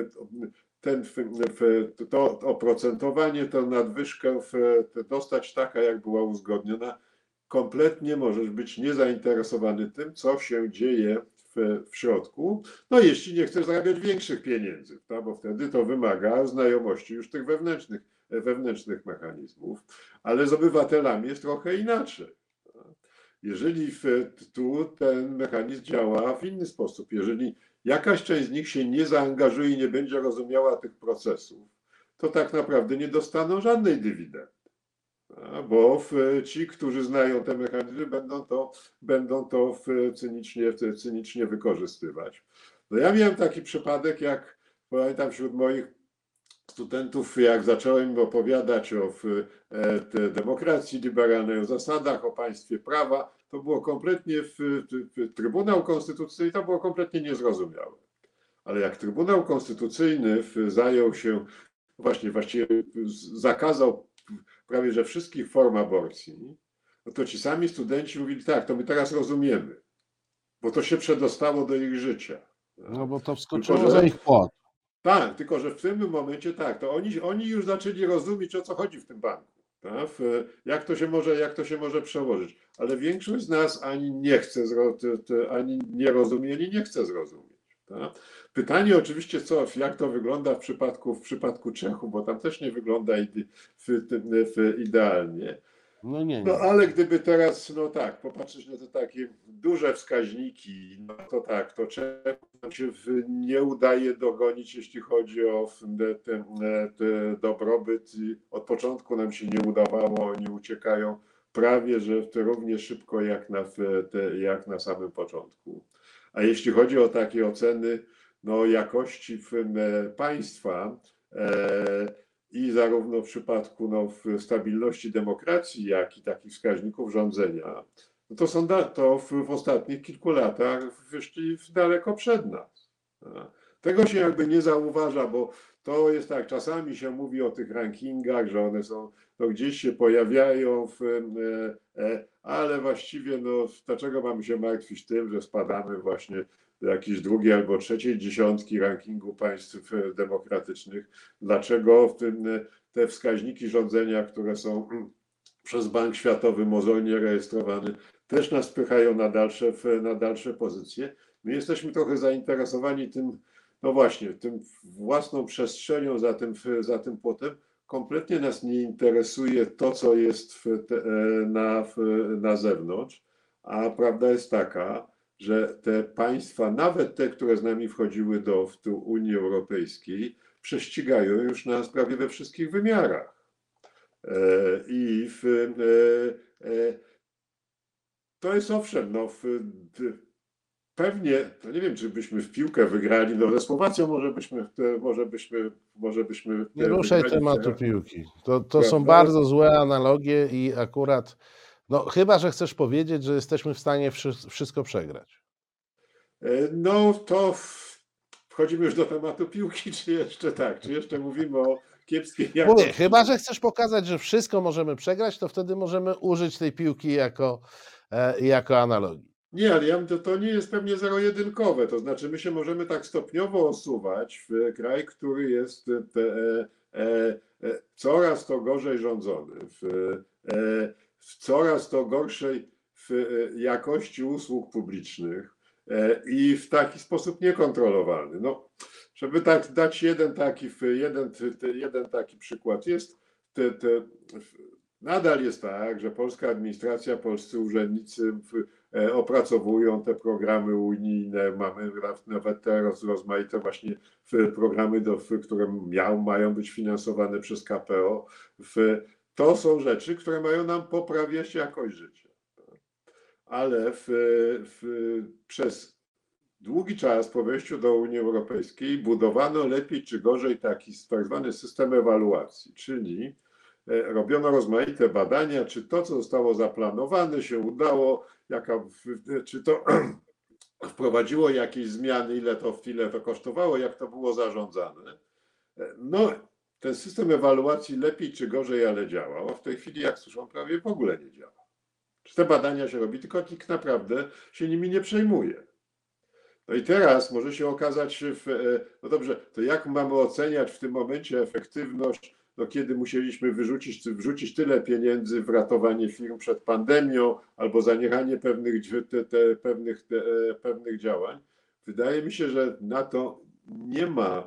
to oprocentowanie, tę nadwyżkę dostać taka, jak była uzgodniona. Kompletnie możesz być niezainteresowany tym, co się dzieje w środku, no jeśli nie chcesz zarabiać większych pieniędzy, bo wtedy to wymaga znajomości już tych wewnętrznych mechanizmów, ale z obywatelami jest trochę inaczej. Jeżeli tu ten mechanizm działa w inny sposób, jeżeli jakaś część z nich się nie zaangażuje i nie będzie rozumiała tych procesów, to tak naprawdę nie dostaną żadnej dywidendy. Bo ci, którzy znają te mechanizmy, będą to cynicznie wykorzystywać. No ja miałem taki przypadek, jak pamiętam wśród moich studentów, jak zacząłem im opowiadać o demokracji liberalnej, o zasadach, o państwie prawa, to było kompletnie Trybunał Konstytucyjny to było kompletnie niezrozumiałe. Ale jak Trybunał Konstytucyjny zajął się właściwie zakazał prawie że wszystkich form aborcji, no to ci sami studenci mówili, tak, to my teraz rozumiemy, bo to się przedostało do ich życia. No bo to wskoczyło za ich płot. Tak, tylko że w tym momencie tak, to oni już zaczęli rozumieć, o co chodzi w tym banku. Tak? Jak to się może przełożyć. Ale większość z nas ani nie chce, ani nie rozumie, ani nie chce zrozumieć. Tak? Pytanie oczywiście, jak to wygląda w przypadku Czechów, bo tam też nie wygląda idealnie. No nie. No ale gdyby teraz, no tak, popatrzeć na te takie duże wskaźniki, no to tak, to Czechom się nie udaje dogonić, jeśli chodzi o ten dobrobyt. Od początku nam się nie udawało, oni uciekają prawie że to równie szybko jak na samym początku. A jeśli chodzi o takie oceny no, jakości państwa i zarówno w przypadku no, stabilności demokracji, jak i takich wskaźników rządzenia, no to w ostatnich kilku latach wyszli daleko przed nas. Tego się jakby nie zauważa, bo to jest tak, czasami się mówi o tych rankingach, że one są, no gdzieś się pojawiają, ale właściwie no dlaczego mamy się martwić tym, że spadamy właśnie do jakiejś drugiej albo trzeciej dziesiątki rankingu państw demokratycznych? Dlaczego te wskaźniki rządzenia, które są przez Bank Światowy mozolnie rejestrowane, też nas pychają na dalsze pozycje? My jesteśmy trochę zainteresowani tym, no właśnie, tym własną przestrzenią za tym płotem. Kompletnie nas nie interesuje to, co jest na zewnątrz, a prawda jest taka, że te państwa, nawet te, które z nami wchodziły do Unii Europejskiej, prześcigają już nas prawie we wszystkich wymiarach. I to jest owszem, no pewnie, to nie wiem, czy byśmy w piłkę wygrali, no ze Słowacją może byśmy Nie ruszaj wygrali tematu teraz, piłki. To są prawda? bardzo złe analogie i akurat, no chyba, że chcesz powiedzieć, że jesteśmy w stanie wszystko przegrać. No to wchodzimy już do tematu piłki, czy jeszcze tak, czy jeszcze mówimy o kiepskiej Mówię, jakości? chyba, że chcesz pokazać, że wszystko możemy przegrać, to wtedy możemy użyć tej piłki jako analogii. Nie, ale to nie jest pewnie zero-jedynkowe. To znaczy, my się możemy tak stopniowo osuwać w kraj, który jest coraz to gorzej rządzony, w coraz to gorszej jakości usług publicznych i w taki sposób niekontrolowalny. No, żeby tak dać jeden taki przykład, nadal jest tak, że polska administracja, polscy urzędnicy opracowują te programy unijne, mamy nawet te rozmaite właśnie programy, które mają być finansowane przez KPO. To są rzeczy, które mają nam poprawiać jakość życia. Ale przez długi czas po wejściu do Unii Europejskiej budowano lepiej czy gorzej taki tak zwany system ewaluacji, czyli robiono rozmaite badania, czy to, co zostało zaplanowane, się udało, czy to wprowadziło jakieś zmiany, ile to kosztowało, jak to było zarządzane. No, ten system ewaluacji lepiej czy gorzej, ale działał, a w tej chwili, jak słyszą, prawie w ogóle nie działa. Czy te badania się robi, tylko nikt naprawdę się nimi nie przejmuje. No i teraz może się okazać, no dobrze, to jak mamy oceniać w tym momencie efektywność, no kiedy musieliśmy wrzucić tyle pieniędzy w ratowanie firm przed pandemią albo zaniechanie pewnych działań? Wydaje mi się, że na to nie ma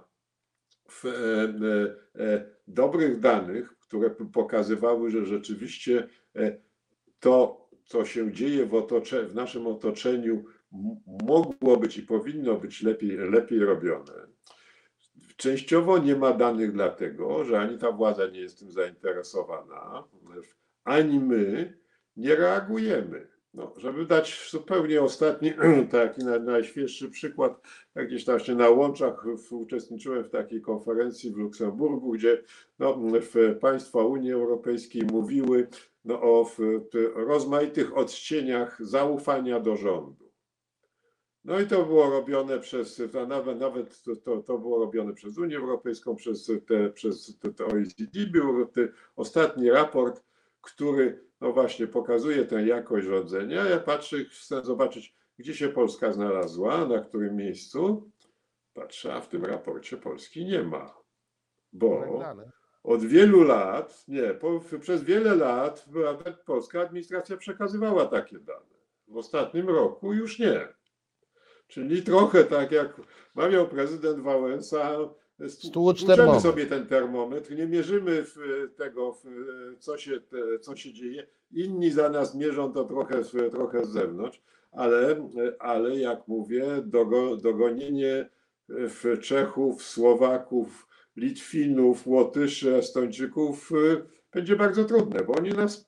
dobrych danych, które by pokazywały, że rzeczywiście to, co się dzieje w naszym otoczeniu, mogło być i powinno być lepiej robione. Częściowo nie ma danych dlatego, że ani ta władza nie jest tym zainteresowana, ani my nie reagujemy. No, żeby dać zupełnie ostatni, taki najświeższy przykład, jak gdzieś tam się na Łączach uczestniczyłem w takiej konferencji w Luksemburgu, gdzie no, państwa Unii Europejskiej mówiły no, o rozmaitych odcieniach zaufania do rządu. No i to było robione nawet to było robione przez Unię Europejską, przez OECD. Był ostatni raport, który no właśnie pokazuje tę jakość rządzenia. Ja patrzę, chcę zobaczyć, gdzie się Polska znalazła, na którym miejscu. Patrzę, a w tym raporcie Polski nie ma, bo od wielu lat, przez wiele lat polska administracja przekazywała takie dane. W ostatnim roku już nie. Czyli trochę tak jak mawiał prezydent Wałęsa, stłuczemy sobie ten termometr, nie mierzymy tego, co się dzieje. Inni za nas mierzą to trochę z zewnątrz, ale jak mówię, dogonienie Czechów, Słowaków, Litwinów, Łotyszy, Estończyków będzie bardzo trudne, bo oni nas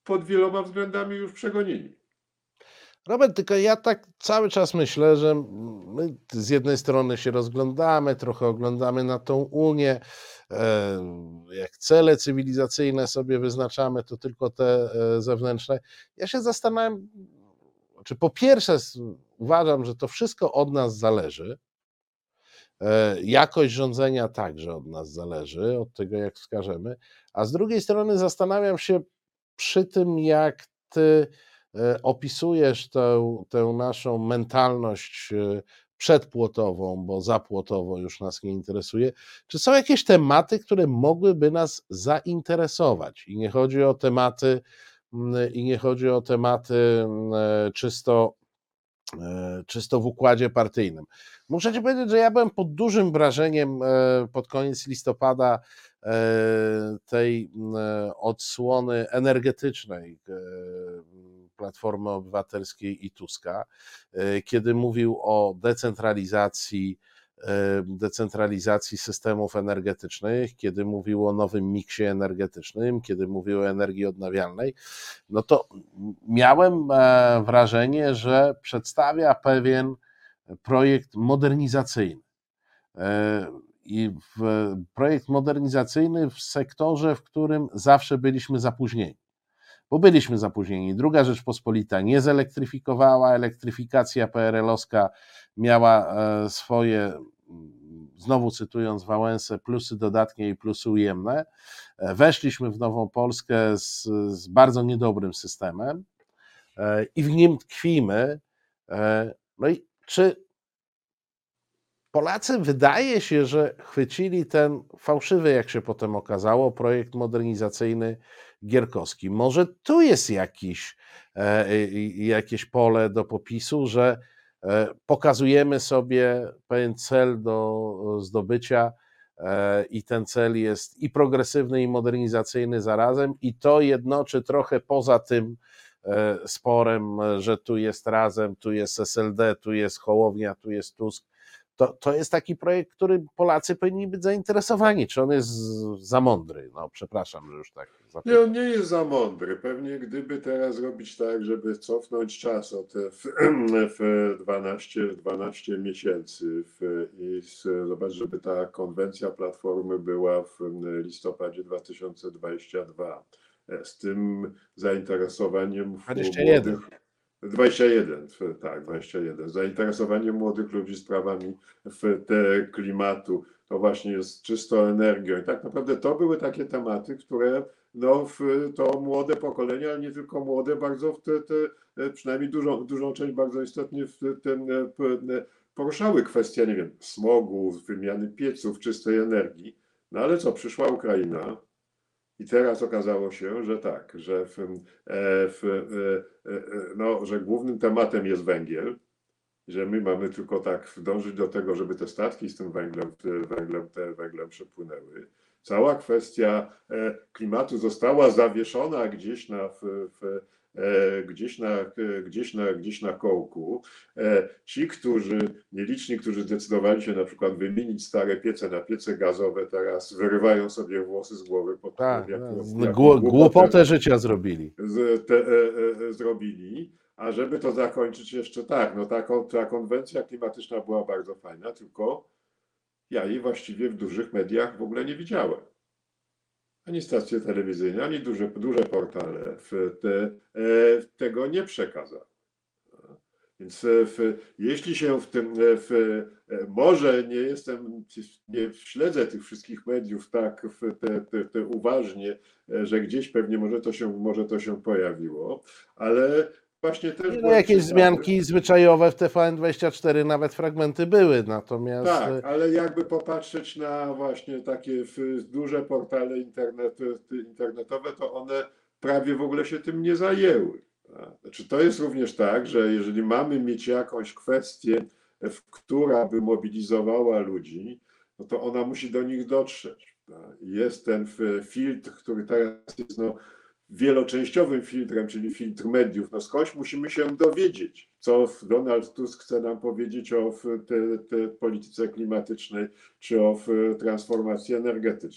pod wieloma względami już przegonili. Robert, tylko ja tak cały czas myślę, że my z jednej strony się rozglądamy, trochę oglądamy na tą Unię, jak cele cywilizacyjne sobie wyznaczamy, to tylko te zewnętrzne. Ja się zastanawiam, czy po pierwsze uważam, że to wszystko od nas zależy, jakość rządzenia także od nas zależy, od tego jak wskażemy, a z drugiej strony zastanawiam się przy tym, jak ty opisujesz tę naszą mentalność przedpłotową, bo zapłotowo już nas nie interesuje. Czy są jakieś tematy, które mogłyby nas zainteresować? I nie chodzi o tematy czysto w układzie partyjnym. Muszę ci powiedzieć, że ja byłem pod dużym wrażeniem pod koniec listopada tej odsłony energetycznej Platformy Obywatelskiej i Tuska, kiedy mówił o decentralizacji systemów energetycznych, kiedy mówił o nowym miksie energetycznym, kiedy mówił o energii odnawialnej, no to miałem wrażenie, że przedstawia pewien projekt modernizacyjny. I projekt modernizacyjny w sektorze, w którym zawsze byliśmy zapóźnieni. Bo byliśmy zapóźnieni. Druga Rzeczpospolita nie zelektryfikowała, elektryfikacja PRL-owska miała swoje, znowu cytując Wałęsę, plusy dodatnie i plusy ujemne. Weszliśmy w nową Polskę z bardzo niedobrym systemem i w nim tkwimy. No i czy Polacy, wydaje się, że chwycili ten fałszywy, jak się potem okazało, projekt modernizacyjny gierkowski. Może tu jest jakieś pole do popisu, że pokazujemy sobie pewien cel do zdobycia i ten cel jest i progresywny, i modernizacyjny zarazem, i to jednoczy trochę poza tym sporem, że tu jest Razem, tu jest SLD, tu jest Hołownia, tu jest Tusk. To jest taki projekt, który Polacy powinni być zainteresowani. Czy on jest za mądry? No, przepraszam, że już tak Nie, zapytam. on nie jest za mądry. Pewnie gdyby teraz robić tak, żeby cofnąć czas o te w 12 miesięcy zobacz, żeby ta konwencja Platformy była w listopadzie 2022 z tym zainteresowaniem 21. młodych. 21, tak, 21. Zainteresowanie młodych ludzi sprawami klimatu to właśnie jest czysto energią. I tak naprawdę to były takie tematy, które no, to młode pokolenia, ale nie tylko młode, bardzo przynajmniej dużą część bardzo istotnie poruszały kwestie, nie wiem, smogu, wymiany pieców, czystej energii. No ale co, przyszła Ukraina. I teraz okazało się, że tak, że, że głównym tematem jest węgiel, że my mamy tylko tak dążyć do tego, żeby te statki z tym węglem przepłynęły. Cała kwestia klimatu została zawieszona gdzieś na kołku. Ci, nieliczni, którzy zdecydowali się na przykład wymienić stare piece na piece gazowe, teraz wyrywają sobie włosy z głowy pod tym, Tak, jaką głupotę życia zrobili. zrobili. A żeby to zakończyć jeszcze tak, no ta konwencja klimatyczna była bardzo fajna, tylko ja jej właściwie w dużych mediach w ogóle nie widziałem. Ani stacje telewizyjne, ani duże portale tego nie przekazały. Więc jeśli się może nie śledzę tych wszystkich mediów tak uważnie, że gdzieś pewnie może to się pojawiło, ale właśnie też byłem Jakieś ciekawy. wzmianki zwyczajowe w TVN24 nawet fragmenty były, natomiast Tak, ale jakby popatrzeć na właśnie takie duże portale internetowe, to one prawie w ogóle się tym nie zajęły. Znaczy, to jest również tak, że jeżeli mamy mieć jakąś kwestię, która by mobilizowała ludzi, no to ona musi do nich dotrzeć. Jest ten filtr, który teraz jest wieloczęściowym filtrem, czyli filtr mediów. No skądś musimy się dowiedzieć, co Donald Tusk chce nam powiedzieć o polityce klimatycznej czy o transformacji energetycznej.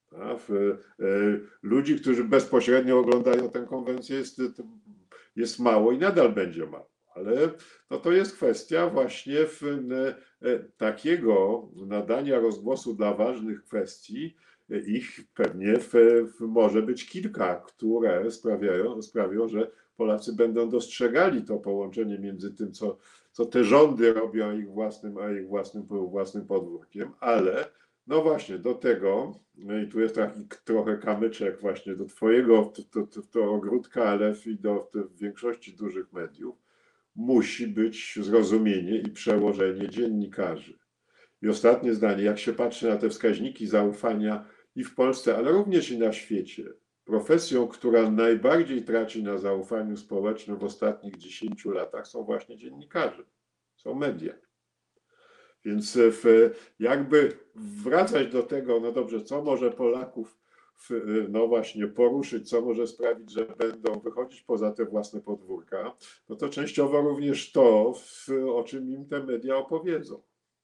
Ludzi, którzy bezpośrednio oglądają tę konwencję, jest mało i nadal będzie mało. Ale to jest kwestia właśnie takiego nadania rozgłosu dla ważnych kwestii. Ich pewnie może być kilka, które sprawią, że Polacy będą dostrzegali to połączenie między tym, co te rządy robią własnym podwórkiem, ale no właśnie do tego, no i tu jest taki trochę kamyczek właśnie do twojego to ogródka, ale i do większości dużych mediów, musi być zrozumienie i przełożenie dziennikarzy. I ostatnie zdanie, jak się patrzy na te wskaźniki zaufania i w Polsce, ale również i na świecie, profesją, która najbardziej traci na zaufaniu społecznym w ostatnich 10 latach są właśnie dziennikarze, są media. Więc jakby wracać do tego, no dobrze, co może Polaków no właśnie poruszyć, co może sprawić, że będą wychodzić poza te własne podwórka, no to częściowo również to, o czym im te media opowiedzą.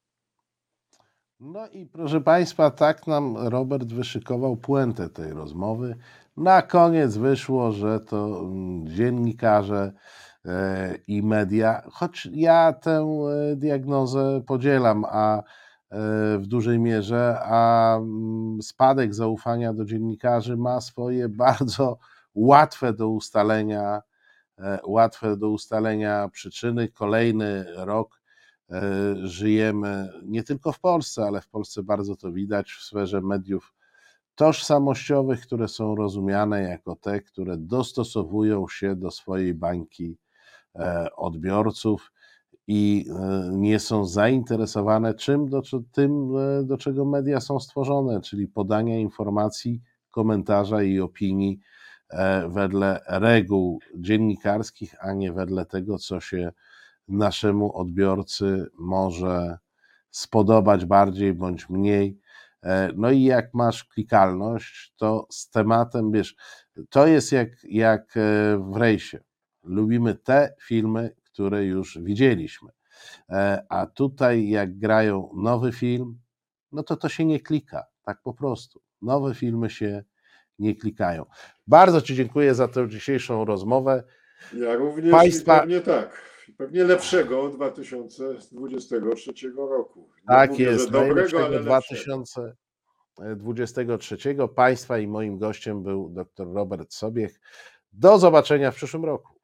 No i proszę Państwa, tak nam Robert wyszykował puentę tej rozmowy. Na koniec wyszło, że to dziennikarze i media, choć ja tę diagnozę podzielam, w dużej mierze, a spadek zaufania do dziennikarzy ma swoje bardzo łatwe do ustalenia przyczyny. Kolejny rok żyjemy nie tylko w Polsce, ale w Polsce bardzo to widać w sferze mediów tożsamościowych, które są rozumiane jako te, które dostosowują się do swojej bańki odbiorców i nie są zainteresowane tym, do czego media są stworzone, czyli podania informacji, komentarza i opinii wedle reguł dziennikarskich, a nie wedle tego, co się naszemu odbiorcy może spodobać bardziej bądź mniej. No i jak masz klikalność, to z tematem, wiesz, to jest jak w rejsie. Lubimy te filmy, które już widzieliśmy. A tutaj jak grają nowy film, no to się nie klika, tak po prostu. Nowe filmy się nie klikają. Bardzo Ci dziękuję za tę dzisiejszą rozmowę. Ja również Państwa... i pewnie tak. Pewnie lepszego 2023 roku. Nie Tak mówię, jest, że dobrego, ale najlepszego lepszego. 2023. Państwa i moim gościem był dr Robert Sobiech. Do zobaczenia w przyszłym roku.